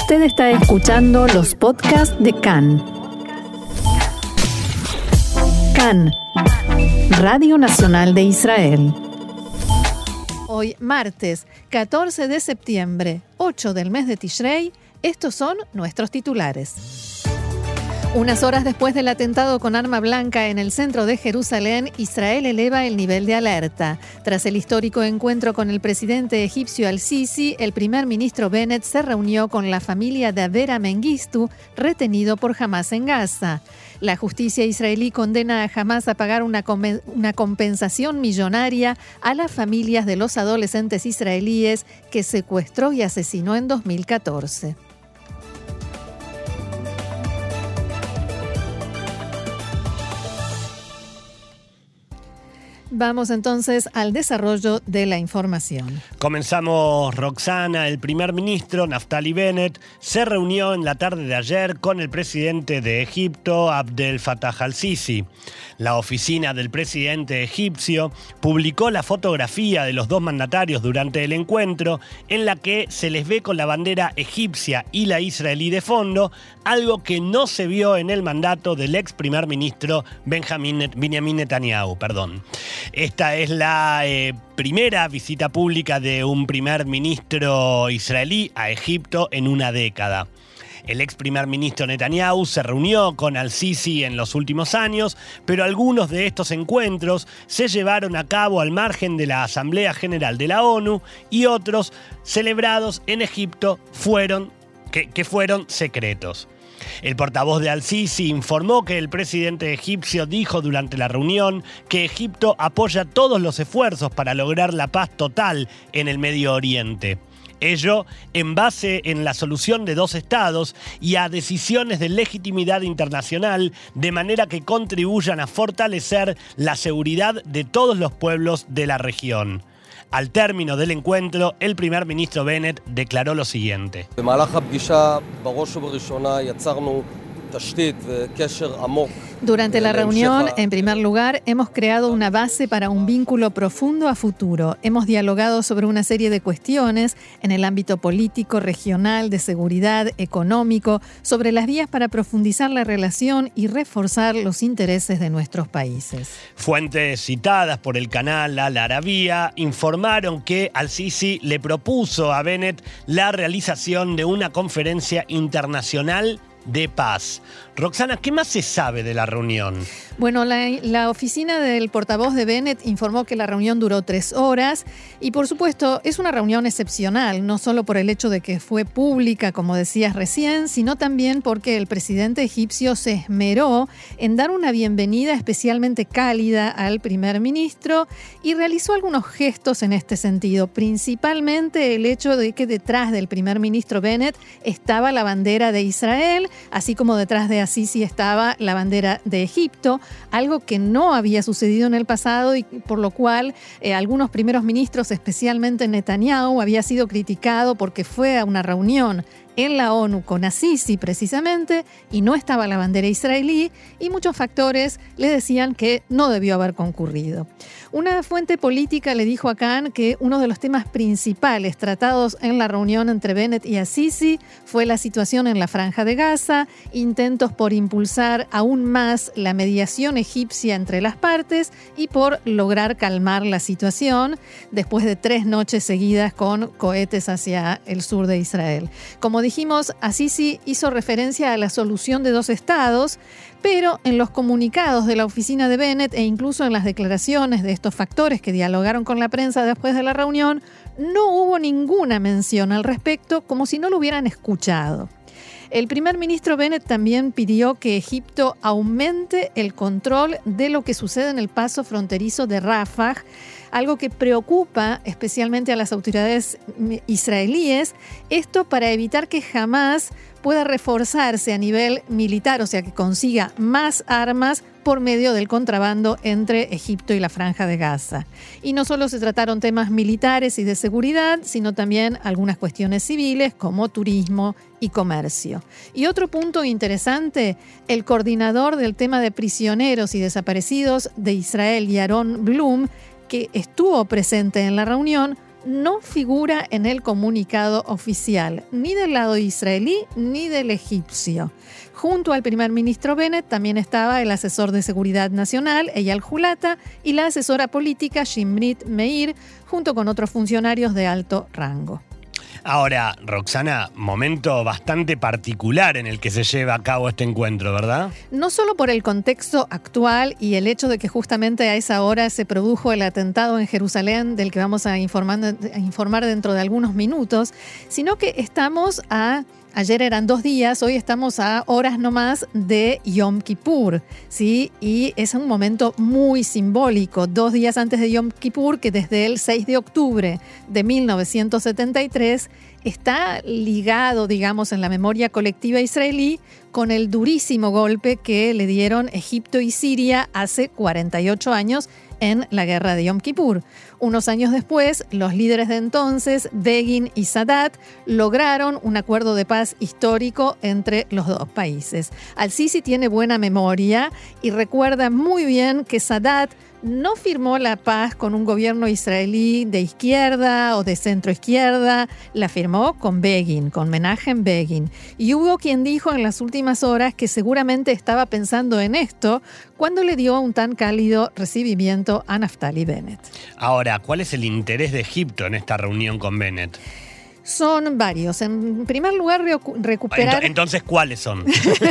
Usted está escuchando los podcasts de CAN. CAN, Radio Nacional de Israel. Hoy, martes 14 de septiembre, 8 del mes de Tishrei, estos son nuestros titulares. Unas horas después del atentado con arma blanca en el centro de Jerusalén, Israel eleva el nivel de alerta. Tras el histórico encuentro con el presidente egipcio al-Sisi, el primer ministro Bennett se reunió con la familia de Avera Mengistu, retenido por Hamás en Gaza. La justicia israelí condena a Hamás a pagar una compensación millonaria a las familias de los adolescentes israelíes que secuestró y asesinó en 2014. Vamos entonces al desarrollo de la información. Comenzamos, Roxana. El primer ministro, Naftali Bennett, se reunió en la tarde de ayer con el presidente de Egipto, Abdel Fattah al-Sisi. La oficina del presidente egipcio publicó la fotografía de los dos mandatarios durante el encuentro, en la que se les ve con la bandera egipcia y la israelí de fondo, algo que no se vio en el mandato del ex primer ministro Benjamin Netanyahu. Esta es la primera visita pública de un primer ministro israelí a Egipto en una década. El ex primer ministro Netanyahu se reunió con al-Sisi en los últimos años, pero algunos de estos encuentros se llevaron a cabo al margen de la Asamblea General de la ONU y otros celebrados en Egipto fueron secretos. El portavoz de al-Sisi informó que el presidente egipcio dijo durante la reunión que Egipto apoya todos los esfuerzos para lograr la paz total en el Medio Oriente. Ello en base en la solución de dos estados y a decisiones de legitimidad internacional, de manera que contribuyan a fortalecer la seguridad de todos los pueblos de la región. Al término del encuentro, el primer ministro Bennett declaró lo siguiente. Durante la reunión, en primer lugar, hemos creado una base para un vínculo profundo a futuro. Hemos dialogado sobre una serie de cuestiones en el ámbito político, regional, de seguridad, económico, sobre las vías para profundizar la relación y reforzar los intereses de nuestros países. Fuentes citadas por el canal Al Arabia informaron que al-Sisi le propuso a Bennett la realización de una conferencia internacional de paz. Roxana, ¿qué más se sabe de la reunión? Bueno, la oficina del portavoz de Bennett informó que la reunión duró 3 horas y, por supuesto, es una reunión excepcional, no solo por el hecho de que fue pública, como decías recién, sino también porque el presidente egipcio se esmeró en dar una bienvenida especialmente cálida al primer ministro y realizó algunos gestos en este sentido, principalmente el hecho de que detrás del primer ministro Bennett estaba la bandera de Israel, así como detrás de al-Sisi estaba la bandera de Egipto, algo que no había sucedido en el pasado y por lo cual algunos primeros ministros, especialmente Netanyahu, había sido criticado porque fue a una reunión en la ONU con al-Sisi precisamente y no estaba la bandera israelí y muchos factores le decían que no debió haber concurrido. Una fuente política le dijo a CAN que uno de los temas principales tratados en la reunión entre Bennett y al-Sisi fue la situación en la Franja de Gaza, intentos por impulsar aún más la mediación egipcia entre las partes y por lograr calmar la situación después de 3 noches seguidas con cohetes hacia el sur de Israel. Como dijimos, al-Sisi hizo referencia a la solución de 2 estados, pero en los comunicados de la oficina de Bennett e incluso en las declaraciones de estos factores que dialogaron con la prensa después de la reunión, no hubo ninguna mención al respecto, como si no lo hubieran escuchado. El primer ministro Bennett también pidió que Egipto aumente el control de lo que sucede en el paso fronterizo de Rafah, algo que preocupa especialmente a las autoridades israelíes, esto para evitar que Hamás pueda reforzarse a nivel militar, o sea, que consiga más armas por medio del contrabando entre Egipto y la Franja de Gaza. Y no solo se trataron temas militares y de seguridad, sino también algunas cuestiones civiles como turismo y comercio. Y otro punto interesante, el coordinador del tema de prisioneros y desaparecidos de Israel, Yaron Blum, que estuvo presente en la reunión, no figura en el comunicado oficial, ni del lado israelí ni del egipcio. Junto al primer ministro Bennett también estaba el asesor de Seguridad Nacional, Eyal Hulata, y la asesora política Shimrit Meir, junto con otros funcionarios de alto rango. Ahora, Roxana, momento bastante particular en el que se lleva a cabo este encuentro, ¿verdad? No solo por el contexto actual y el hecho de que justamente a esa hora se produjo el atentado en Jerusalén, del que vamos a informar dentro de algunos minutos, sino que estamos ayer eran 2 días, hoy estamos a horas nomás de Yom Kippur, ¿sí? Y es un momento muy simbólico, 2 días antes de Yom Kippur, que desde el 6 de octubre de 1973 está ligado, digamos, en la memoria colectiva israelí con el durísimo golpe que le dieron Egipto y Siria hace 48 años en la guerra de Yom Kippur. Unos años después, los líderes de entonces, Begin y Sadat, lograron un acuerdo de paz histórico entre los dos países. Al-Sisi tiene buena memoria y recuerda muy bien que Sadat no firmó la paz con un gobierno israelí de izquierda o de centroizquierda, la firmó con Begin, con Menachem Begin. Y hubo quien dijo en las últimas horas que seguramente estaba pensando en esto cuando le dio un tan cálido recibimiento a Naftali Bennett. Ahora, ¿cuál es el interés de Egipto en esta reunión con Bennett? Son varios. En primer lugar, recuperar... Entonces, ¿cuáles son?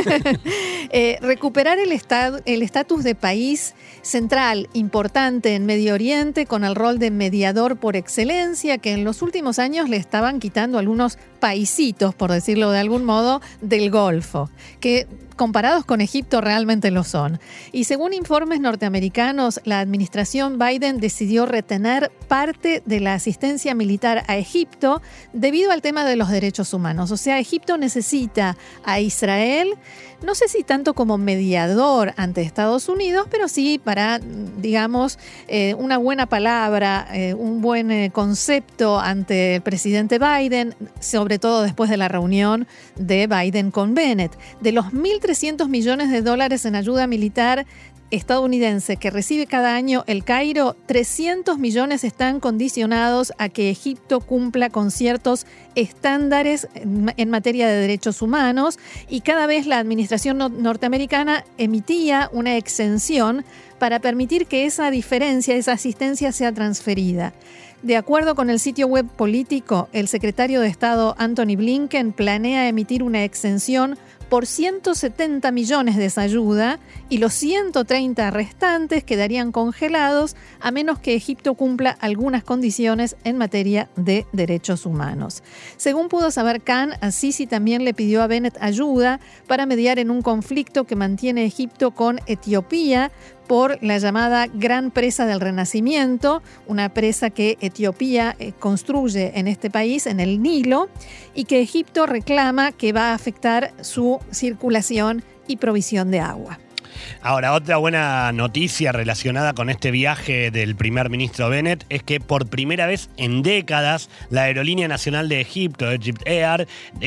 Recuperar el estatus de país central, importante en Medio Oriente, con el rol de mediador por excelencia, que en los últimos años le estaban quitando algunos paisitos, por decirlo de algún modo, del Golfo, que comparados con Egipto realmente lo son. Y según informes norteamericanos, la administración Biden decidió retener parte de la asistencia militar a Egipto debido al tema de los derechos humanos. O sea, Egipto necesita a Israel, no sé si tanto como mediador ante Estados Unidos, pero sí para, digamos, una buena palabra, un buen concepto ante el presidente Biden, sobre todo después de la reunión de Biden con Bennett. De los 1.300 millones de dólares en ayuda militar estadounidense que recibe cada año el Cairo, 300 millones están condicionados a que Egipto cumpla con ciertos estándares en materia de derechos humanos, y cada vez la administración norteamericana emitía una exención para permitir que esa diferencia, esa asistencia sea transferida. De acuerdo con el sitio web político, el secretario de Estado Antony Blinken planea emitir una exención por 170 millones de esa ayuda, y los 130 restantes quedarían congelados a menos que Egipto cumpla algunas condiciones en materia de derechos humanos. Según pudo saber Khan, Al-Sisi también le pidió a Bennett ayuda para mediar en un conflicto que mantiene Egipto con Etiopía por la llamada Gran Presa del Renacimiento, una presa que Etiopía construye en este país, en el Nilo, y que Egipto reclama que va a afectar su circulación y provisión de agua. Ahora, otra buena noticia relacionada con este viaje del primer ministro Bennett es que por primera vez en décadas la Aerolínea Nacional de Egipto, Egypt Air,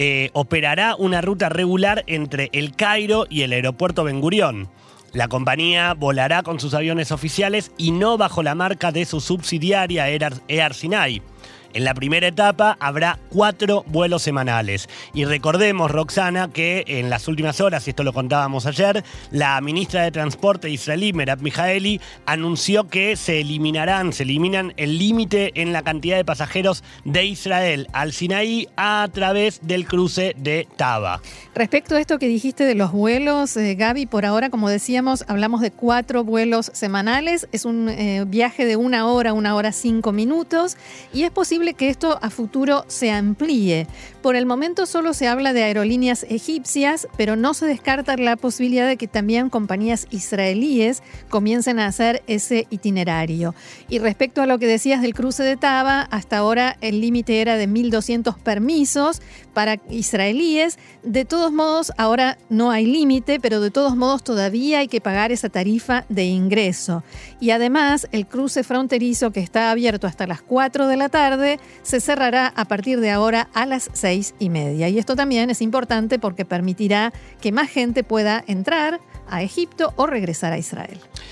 operará una ruta regular entre El Cairo y el aeropuerto Ben Gurión. La compañía volará con sus aviones oficiales y no bajo la marca de su subsidiaria Air Sinai. En la primera etapa habrá 4 vuelos semanales. Y recordemos, Roxana, que en las últimas horas, y esto lo contábamos ayer, la ministra de Transporte israelí, Merav Mijaeli, anunció que se eliminan el límite en la cantidad de pasajeros de Israel al Sinaí a través del cruce de Taba. Respecto a esto que dijiste de los vuelos, Gaby, por ahora, como decíamos, hablamos de 4 vuelos semanales. Es un viaje de 1 hora 5 minutos, y es posible que esto a futuro se amplíe. Por el momento solo se habla de aerolíneas egipcias, pero no se descarta la posibilidad de que también compañías israelíes comiencen a hacer ese itinerario. Y respecto a lo que decías del cruce de Taba, hasta ahora el límite era de 1.200 permisos para israelíes. De todos modos, ahora no hay límite, pero de todos modos todavía hay que pagar esa tarifa de ingreso. Y además, el cruce fronterizo, que está abierto hasta las 4 de la tarde, se cerrará a partir de ahora a las 6:30. Y esto también es importante porque permitirá que más gente pueda entrar a Egipto o regresar a Israel.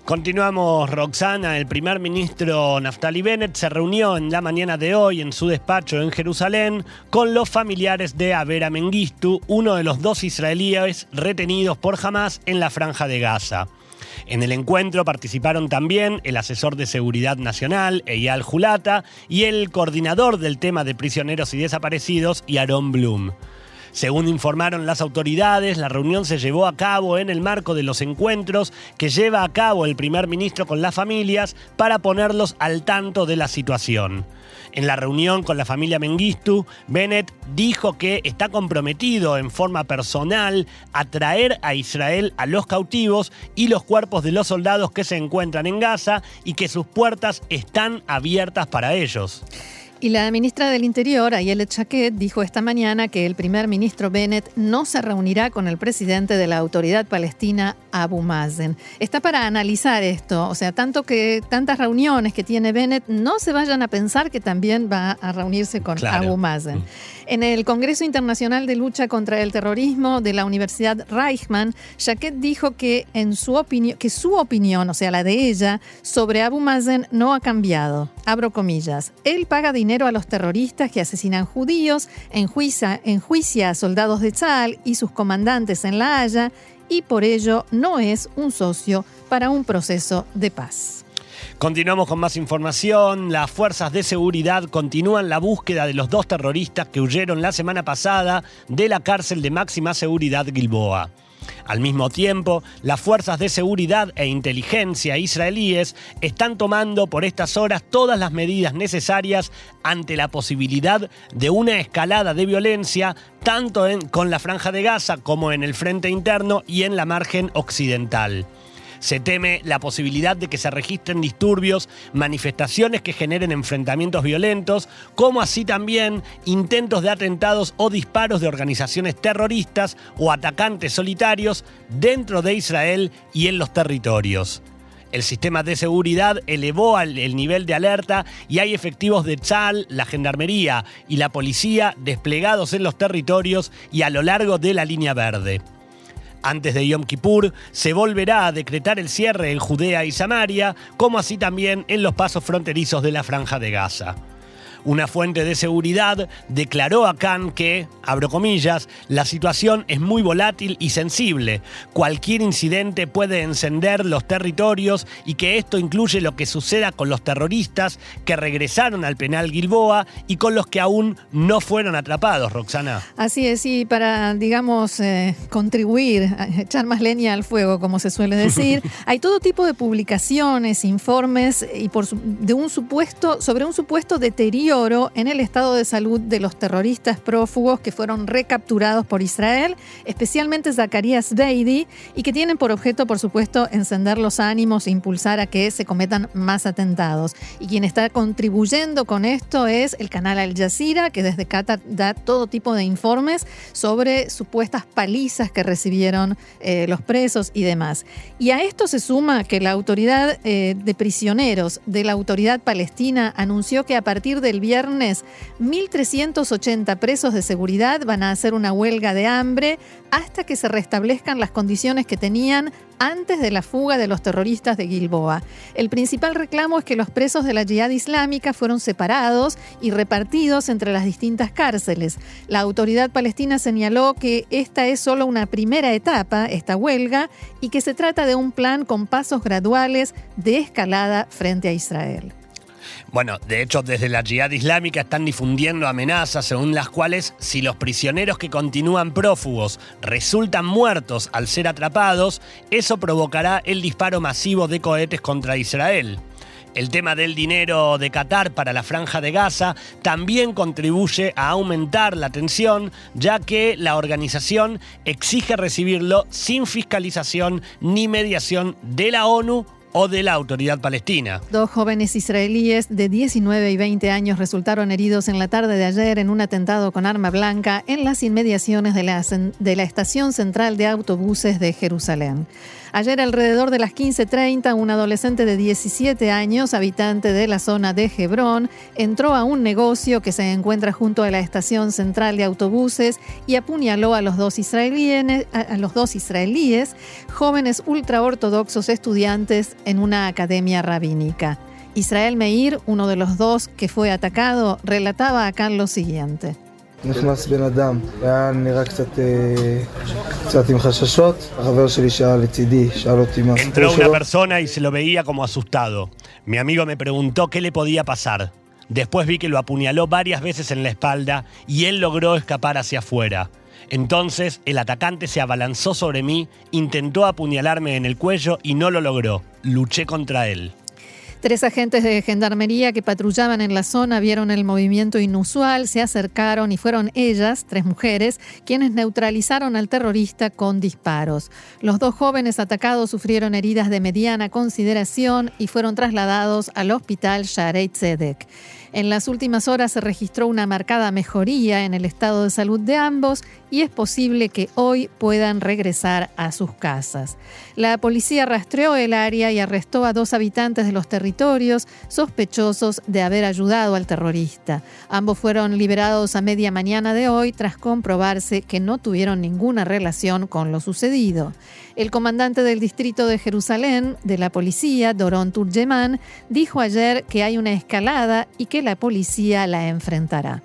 Continuamos, Roxana. El primer ministro Naftali Bennett se reunió en la mañana de hoy en su despacho en Jerusalén con los familiares de Avera Mengistu, uno de los 2 israelíes retenidos por Hamás en la Franja de Gaza. En el encuentro participaron también el asesor de Seguridad Nacional, Eyal Hulata, y el coordinador del tema de prisioneros y desaparecidos, Yaron Blum. Según informaron las autoridades, la reunión se llevó a cabo en el marco de los encuentros que lleva a cabo el primer ministro con las familias para ponerlos al tanto de la situación. En la reunión con la familia Mengistu, Bennett dijo que está comprometido en forma personal a traer a Israel a los cautivos y los cuerpos de los soldados que se encuentran en Gaza y que sus puertas están abiertas para ellos. Y la ministra del Interior, Ayelet Shaked, dijo esta mañana que el primer ministro Bennett no se reunirá con el presidente de la Autoridad Palestina, Abu Mazen. Está para analizar esto, o sea, tantas reuniones que tiene Bennett, no se vayan a pensar que también va a reunirse con Abu Mazen. En el Congreso Internacional de Lucha contra el Terrorismo de la Universidad Reichman, Shaked dijo que su opinión, o sea, la de ella, sobre Abu Mazen no ha cambiado. Abro comillas. Él paga dinero a los terroristas que asesinan judíos, enjuicia a soldados de Tzal y sus comandantes en La Haya y por ello no es un socio para un proceso de paz. Continuamos con más información. Las fuerzas de seguridad continúan la búsqueda de los 2 terroristas que huyeron la semana pasada de la cárcel de máxima seguridad Gilboa. Al mismo tiempo, las fuerzas de seguridad e inteligencia israelíes están tomando por estas horas todas las medidas necesarias ante la posibilidad de una escalada de violencia tanto con la Franja de Gaza como en el frente interno y en la margen occidental. Se teme la posibilidad de que se registren disturbios, manifestaciones que generen enfrentamientos violentos, como así también intentos de atentados o disparos de organizaciones terroristas o atacantes solitarios dentro de Israel y en los territorios. El sistema de seguridad elevó el nivel de alerta y hay efectivos de Tzal, la Gendarmería y la policía desplegados en los territorios y a lo largo de la línea verde. Antes de Yom Kippur, se volverá a decretar el cierre en Judea y Samaria, como así también en los pasos fronterizos de la Franja de Gaza. Una fuente de seguridad declaró a Cannes que, abro comillas, la situación es muy volátil y sensible. Cualquier incidente puede encender los territorios y que esto incluye lo que suceda con los terroristas que regresaron al penal Gilboa y con los que aún no fueron atrapados, Roxana. Así es, y para, digamos, contribuir, a echar más leña al fuego, como se suele decir, hay todo tipo de publicaciones, informes y sobre un supuesto deterioro en el estado de salud de los terroristas prófugos que fueron recapturados por Israel, especialmente Zacarías Beidi, y que tienen por objeto, por supuesto, encender los ánimos e impulsar a que se cometan más atentados. Y quien está contribuyendo con esto es el canal Al Jazeera, que desde Qatar da todo tipo de informes sobre supuestas palizas que recibieron los presos y demás. Y a esto se suma que la autoridad de prisioneros de la Autoridad Palestina anunció que a partir del viernes 1.380 presos de seguridad van a hacer una huelga de hambre hasta que se restablezcan las condiciones que tenían antes de la fuga de los terroristas de Gilboa. El principal reclamo es que los presos de la Yihad Islámica fueron separados y repartidos entre las distintas cárceles. La autoridad palestina señaló que esta es solo una primera etapa, esta huelga, y que se trata de un plan con pasos graduales de escalada frente a Israel. Bueno, de hecho, desde la Yihad Islámica están difundiendo amenazas según las cuales, si los prisioneros que continúan prófugos resultan muertos al ser atrapados, eso provocará el disparo masivo de cohetes contra Israel. El tema del dinero de Qatar para la Franja de Gaza también contribuye a aumentar la tensión, ya que la organización exige recibirlo sin fiscalización ni mediación de la ONU o de la Autoridad Palestina. 2 jóvenes israelíes de 19 y 20 años resultaron heridos en la tarde de ayer en un atentado con arma blanca en las inmediaciones de la estación central de autobuses de Jerusalén. Ayer, alrededor de las 15:30, un adolescente de 17 años, habitante de la zona de Hebrón, entró a un negocio que se encuentra junto a la estación central de autobuses y apuñaló a los dos israelíes, jóvenes ultraortodoxos estudiantes en una academia rabínica. Israel Meir, uno de los dos que fue atacado, relataba acá lo siguiente. Entró una persona y se lo veía como asustado. Mi amigo me preguntó qué le podía pasar. Después vi que lo apuñaló varias veces en la espalda y él logró escapar hacia afuera. Entonces el atacante se abalanzó sobre mí, intentó apuñalarme en el cuello y no lo logró. Luché contra él. 3 agentes de gendarmería que patrullaban en la zona vieron el movimiento inusual, se acercaron y fueron ellas, 3 mujeres, quienes neutralizaron al terrorista con disparos. Los 2 jóvenes atacados sufrieron heridas de mediana consideración y fueron trasladados al hospital Shaarei Tzedek. En las últimas horas se registró una marcada mejoría en el estado de salud de ambos y es posible que hoy puedan regresar a sus casas. La policía rastreó el área y arrestó a 2 habitantes de los territorios sospechosos de haber ayudado al terrorista. Ambos fueron liberados a media mañana de hoy tras comprobarse que no tuvieron ninguna relación con lo sucedido. El comandante del distrito de Jerusalén de la policía, Doron Turgeman, dijo ayer que hay una escalada y que la policía la enfrentará.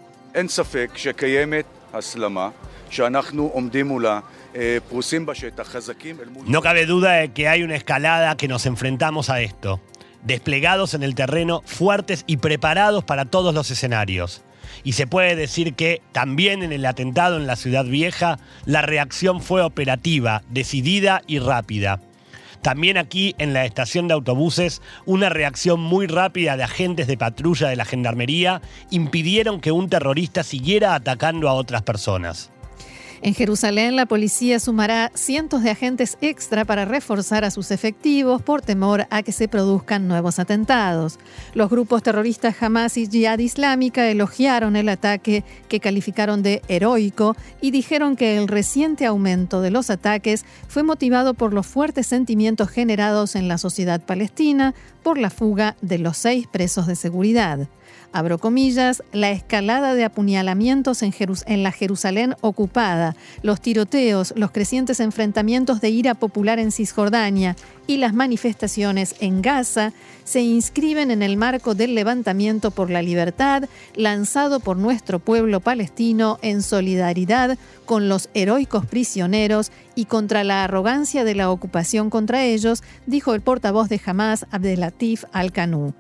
No cabe duda de que hay una escalada que nos enfrentamos a esto. Desplegados en el terreno, fuertes y preparados para todos los escenarios. Y se puede decir que también en el atentado en la Ciudad Vieja, la reacción fue operativa, decidida y rápida. También aquí, en la estación de autobuses, una reacción muy rápida de agentes de patrulla de la Gendarmería impidieron que un terrorista siguiera atacando a otras personas. En Jerusalén, la policía sumará cientos de agentes extra para reforzar a sus efectivos por temor a que se produzcan nuevos atentados. Los grupos terroristas Hamas y Jihad Islámica elogiaron el ataque, que calificaron de heroico, y dijeron que el reciente aumento de los ataques fue motivado por los fuertes sentimientos generados en la sociedad palestina por la fuga de los 6 presos de seguridad. Abro comillas, la escalada de apuñalamientos en la Jerusalén ocupada, los tiroteos, los crecientes enfrentamientos de ira popular en Cisjordania y las manifestaciones en Gaza se inscriben en el marco del levantamiento por la libertad lanzado por nuestro pueblo palestino en solidaridad con los heroicos prisioneros y contra la arrogancia de la ocupación contra ellos, dijo el portavoz de Hamas, Abdelatif Al-Qanu.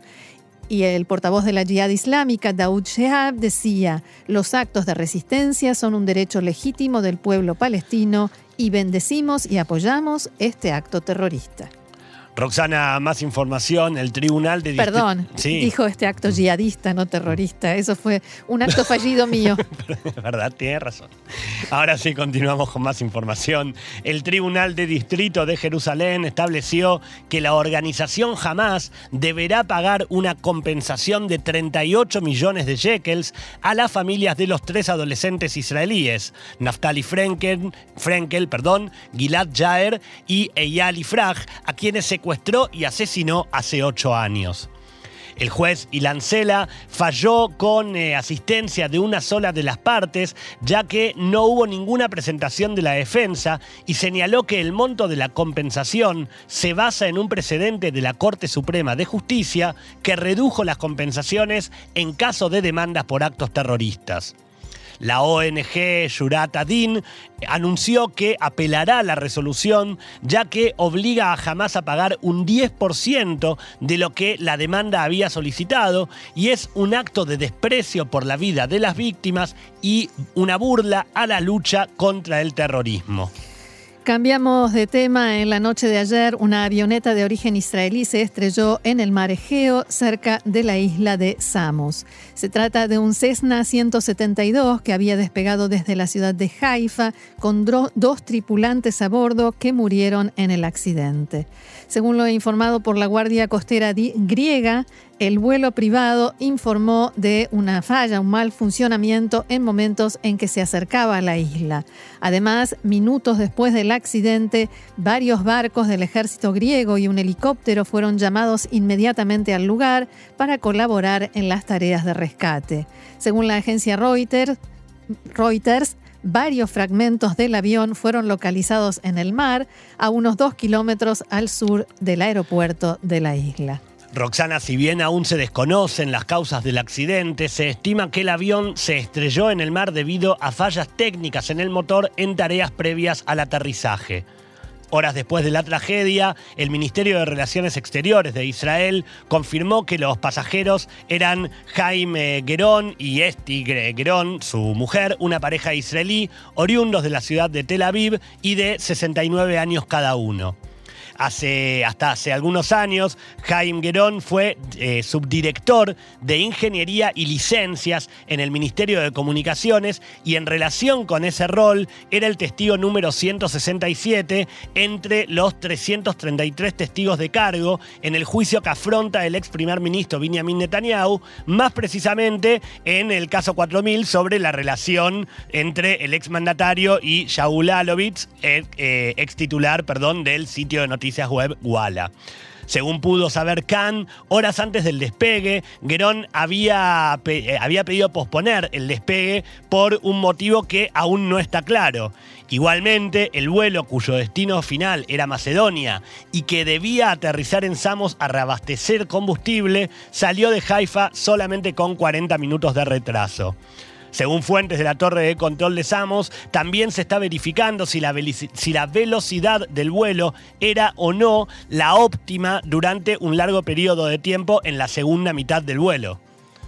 Y el portavoz de la Jihad Islámica, Daoud Shehab, decía: los actos de resistencia son un derecho legítimo del pueblo palestino y bendecimos y apoyamos este acto terrorista. Roxana, más información, el tribunal de... Perdón, sí. Dijo este acto yihadista, no terrorista. Eso fue un acto fallido mío. ¿Verdad? Tiene razón. Ahora sí, continuamos con más información. El Tribunal de Distrito de Jerusalén estableció que la organización Hamas deberá pagar una compensación de 38 millones de shekels a las familias de los 3 adolescentes israelíes, Naftali Frenkel, Gilad Yair y Eyal Ifraj, a quienes secuestró y asesinó hace 8 años. El juez Ilan Sela falló con asistencia de una sola de las partes, ya que no hubo ninguna presentación de la defensa, y señaló que el monto de la compensación se basa en un precedente de la Corte Suprema de Justicia que redujo las compensaciones en caso de demandas por actos terroristas. La ONG Yurat Adin anunció que apelará la resolución, ya que obliga a Hamas a pagar un 10% de lo que la demanda había solicitado, y es un acto de desprecio por la vida de las víctimas y una burla a la lucha contra el terrorismo. Cambiamos de tema. En la noche de ayer, una avioneta de origen israelí se estrelló en el mar Egeo, cerca de la isla de Samos. Se trata de un Cessna 172 que había despegado desde la ciudad de Haifa con 2 tripulantes a bordo que murieron en el accidente. Según lo informado por la Guardia Costera griega, el vuelo privado informó de una falla, un mal funcionamiento en momentos en que se acercaba a la isla. Además, minutos después del accidente, varios barcos del ejército griego y un helicóptero fueron llamados inmediatamente al lugar para colaborar en las tareas de rescate. Según la agencia Reuters, varios fragmentos del avión fueron localizados en el mar, a unos 2 kilómetros al sur del aeropuerto de la isla. Roxana, si bien aún se desconocen las causas del accidente, se estima que el avión se estrelló en el mar debido a fallas técnicas en el motor en tareas previas al aterrizaje. Horas después de la tragedia, el Ministerio de Relaciones Exteriores de Israel confirmó que los pasajeros eran Jaime Geron y Esti Geron, su mujer, una pareja israelí, oriundos de la ciudad de Tel Aviv y de 69 años cada uno. Hasta hace algunos años, Jaime Geron fue subdirector de Ingeniería y Licencias en el Ministerio de Comunicaciones y en relación con ese rol era el testigo número 167 entre los 333 testigos de cargo en el juicio que afronta el ex primer ministro Benjamin Netanyahu, más precisamente en el caso 4000 sobre la relación entre el exmandatario y Shaul Alovitz, ex titular del sitio de noticias web Walla. Según pudo saber Khan, horas antes del despegue, Geron había pedido posponer el despegue por un motivo que aún no está claro. Igualmente, el vuelo cuyo destino final era Macedonia y que debía aterrizar en Samos a reabastecer combustible, salió de Haifa solamente con 40 minutos de retraso. Según fuentes de la torre de control de Samos, también se está verificando si la velocidad del vuelo era o no la óptima durante un largo periodo de tiempo en la segunda mitad del vuelo.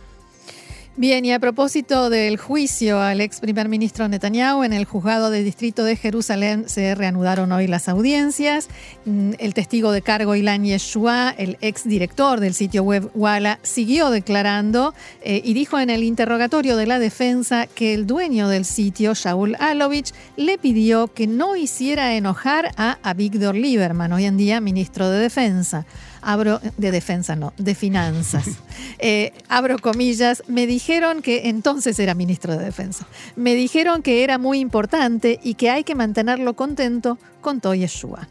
Bien, y a propósito del juicio al ex primer ministro Netanyahu, en el juzgado de distrito de Jerusalén se reanudaron hoy las audiencias. El testigo de cargo Ilan Yeshua, el ex director del sitio web Walla, siguió declarando y dijo en el interrogatorio de la defensa que el dueño del sitio, Shaul Alovitz, le pidió que no hiciera enojar a Avigdor Lieberman, hoy en día ministro de Defensa. De finanzas. Abro comillas, me dijeron que entonces era ministro de Defensa. Me dijeron que era muy importante y que hay que mantenerlo contento, contó Yeshua.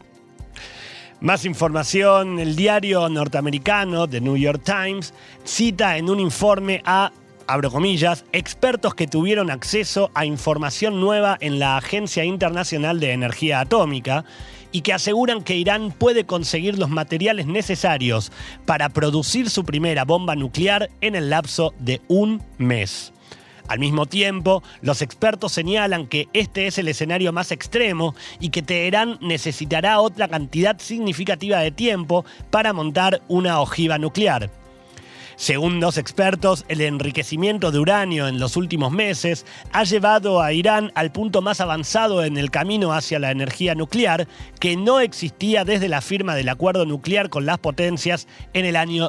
Más información, el diario norteamericano The New York Times cita en un informe a, abro comillas, expertos que tuvieron acceso a información nueva en la Agencia Internacional de Energía Atómica y que aseguran que Irán puede conseguir los materiales necesarios para producir su primera bomba nuclear en el lapso de un mes. Al mismo tiempo, los expertos señalan que este es el escenario más extremo y que Teherán necesitará otra cantidad significativa de tiempo para montar una ojiva nuclear. Según los expertos, el enriquecimiento de uranio en los últimos meses ha llevado a Irán al punto más avanzado en el camino hacia la energía nuclear, que no existía desde la firma del acuerdo nuclear con las potencias en el año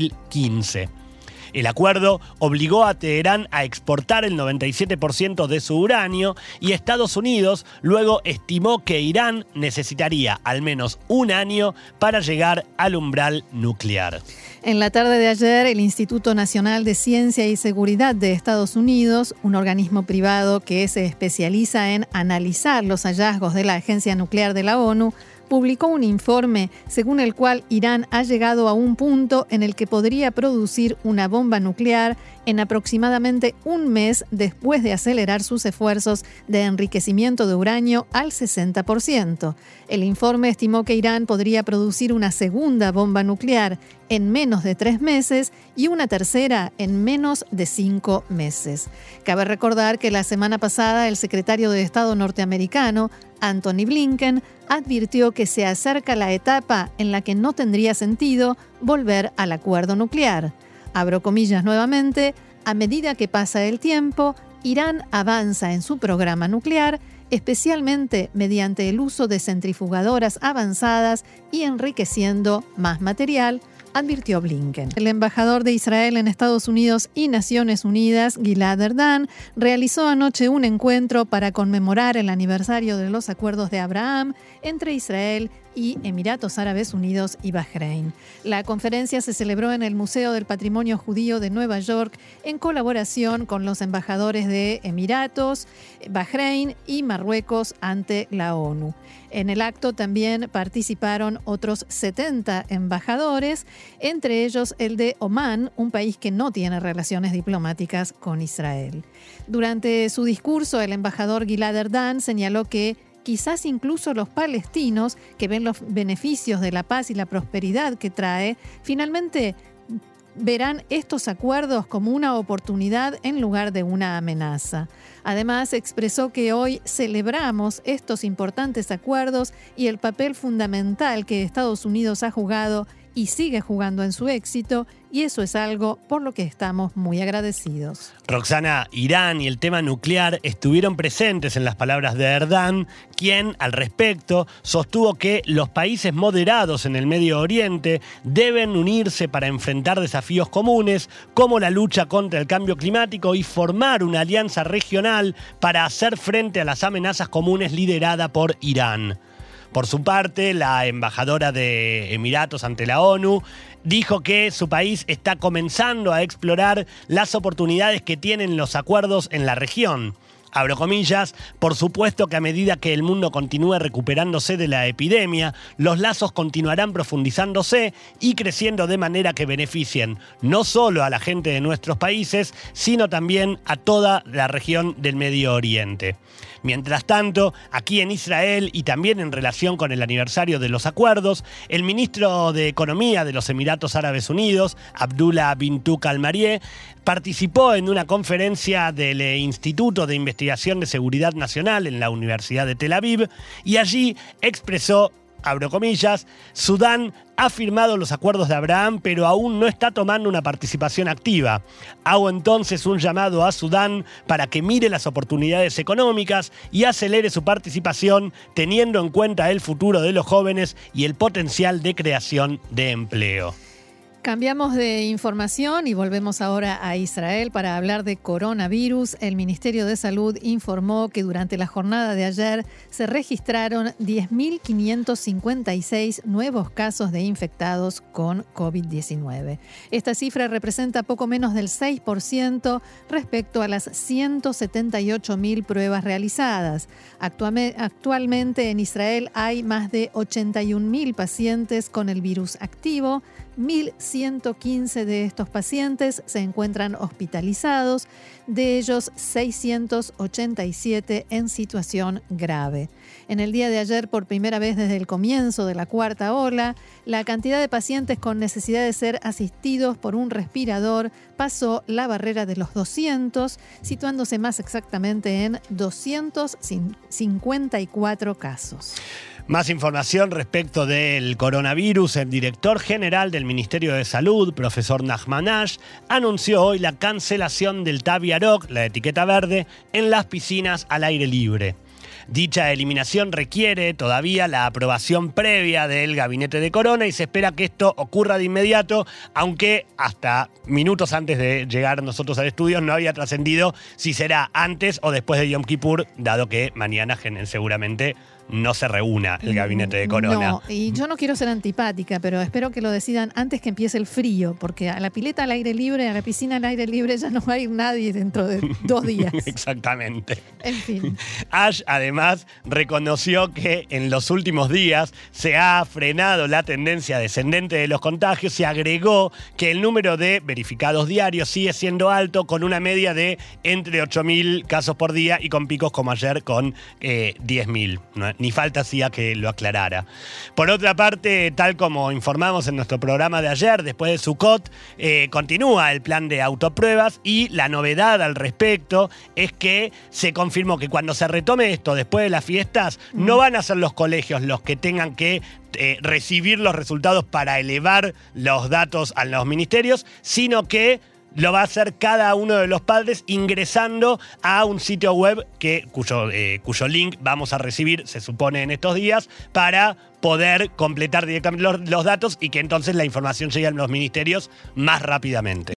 2015. El acuerdo obligó a Teherán a exportar el 97% de su uranio y Estados Unidos luego estimó que Irán necesitaría al menos un año para llegar al umbral nuclear. En la tarde de ayer, el Instituto Nacional de Ciencia y Seguridad de Estados Unidos, un organismo privado que se especializa en analizar los hallazgos de la Agencia Nuclear de la ONU, publicó un informe según el cual Irán ha llegado a un punto en el que podría producir una bomba nuclear en aproximadamente un mes después de acelerar sus esfuerzos de enriquecimiento de uranio al 60%. El informe estimó que Irán podría producir una segunda bomba nuclear en menos de 3 meses y una tercera en menos de 5 meses. Cabe recordar que la semana pasada el secretario de Estado norteamericano, Antony Blinken, advirtió que se acerca la etapa en la que no tendría sentido volver al acuerdo nuclear. Abro comillas nuevamente, a medida que pasa el tiempo, Irán avanza en su programa nuclear, especialmente mediante el uso de centrifugadoras avanzadas y enriqueciendo más material, advirtió Blinken. El embajador de Israel en Estados Unidos y Naciones Unidas, Gilad Erdan, realizó anoche un encuentro para conmemorar el aniversario de los acuerdos de Abraham entre Israel y Emiratos Árabes Unidos y Bahrein. La conferencia se celebró en el Museo del Patrimonio Judío de Nueva York en colaboración con los embajadores de Emiratos, Bahrein y Marruecos ante la ONU. En el acto también participaron otros 70 embajadores, entre ellos el de Omán, un país que no tiene relaciones diplomáticas con Israel. Durante su discurso, el embajador Gilad Erdan señaló que quizás incluso los palestinos, que ven los beneficios de la paz y la prosperidad que trae, finalmente verán estos acuerdos como una oportunidad en lugar de una amenaza. Además, expresó que hoy celebramos estos importantes acuerdos y el papel fundamental que Estados Unidos ha jugado y sigue jugando en su éxito, y eso es algo por lo que estamos muy agradecidos. Roxana, Irán y el tema nuclear estuvieron presentes en las palabras de Erdan, quien, al respecto, sostuvo que los países moderados en el Medio Oriente deben unirse para enfrentar desafíos comunes, como la lucha contra el cambio climático, y formar una alianza regional para hacer frente a las amenazas comunes liderada por Irán. Por su parte, la embajadora de Emiratos ante la ONU dijo que su país está comenzando a explorar las oportunidades que tienen los acuerdos en la región. Abro comillas, por supuesto que a medida que el mundo continúe recuperándose de la epidemia, los lazos continuarán profundizándose y creciendo de manera que beneficien no solo a la gente de nuestros países, sino también a toda la región del Medio Oriente. Mientras tanto, aquí en Israel y también en relación con el aniversario de los acuerdos, el ministro de Economía de los Emiratos Árabes Unidos, Abdullah bin Tuq Al-Marrieh, participó en una conferencia del Instituto de Investigación de Seguridad Nacional en la Universidad de Tel Aviv y allí expresó, abro comillas, Sudán ha firmado los acuerdos de Abraham, pero aún no está tomando una participación activa. Hago entonces un llamado a Sudán para que mire las oportunidades económicas y acelere su participación, teniendo en cuenta el futuro de los jóvenes y el potencial de creación de empleo. Cambiamos de información y volvemos ahora a Israel para hablar de coronavirus. El Ministerio de Salud informó que durante la jornada de ayer se registraron 10.556 nuevos casos de infectados con COVID-19. Esta cifra representa poco menos del 6% respecto a las 178.000 pruebas realizadas. Actualmente en Israel hay más de 81.000 pacientes con el virus activo. 1.115 de estos pacientes se encuentran hospitalizados, de ellos 687 en situación grave. En el día de ayer, por primera vez desde el comienzo de la cuarta ola, la cantidad de pacientes con necesidad de ser asistidos por un respirador pasó la barrera de los 200, situándose más exactamente en 254 casos. Más información respecto del coronavirus. El director general del Ministerio de Salud, profesor Nachman Ash, anunció hoy la cancelación del Tav Yarok, la etiqueta verde, en las piscinas al aire libre. Dicha eliminación requiere todavía la aprobación previa del gabinete de Corona y se espera que esto ocurra de inmediato, aunque hasta minutos antes de llegar nosotros al estudio no había trascendido si será antes o después de Yom Kippur, dado que mañana seguramente no se reúna el gabinete de Corona. No, y yo no quiero ser antipática, pero espero que lo decidan antes que empiece el frío, porque a la pileta al aire libre, a la piscina al aire libre ya no va a ir nadie dentro de 2 días. Exactamente. En fin. Ash además reconoció que en los últimos días se ha frenado la tendencia descendente de los contagios y agregó que el número de verificados diarios sigue siendo alto, con una media de entre 8.000 casos por día y con picos como ayer con 10.000. Ni falta hacía que lo aclarara. Por otra parte, tal como informamos en nuestro programa de ayer, después de Sukkot, continúa el plan de autopruebas y la novedad al respecto es que se confirmó que cuando se retome esto después de las fiestas, no van a ser los colegios los que tengan que recibir los resultados para elevar los datos a los ministerios, sino que lo va a hacer cada uno de los padres ingresando a un sitio web cuyo link vamos a recibir, se supone, en estos días, para poder completar directamente los datos y que entonces la información llegue a los ministerios más rápidamente.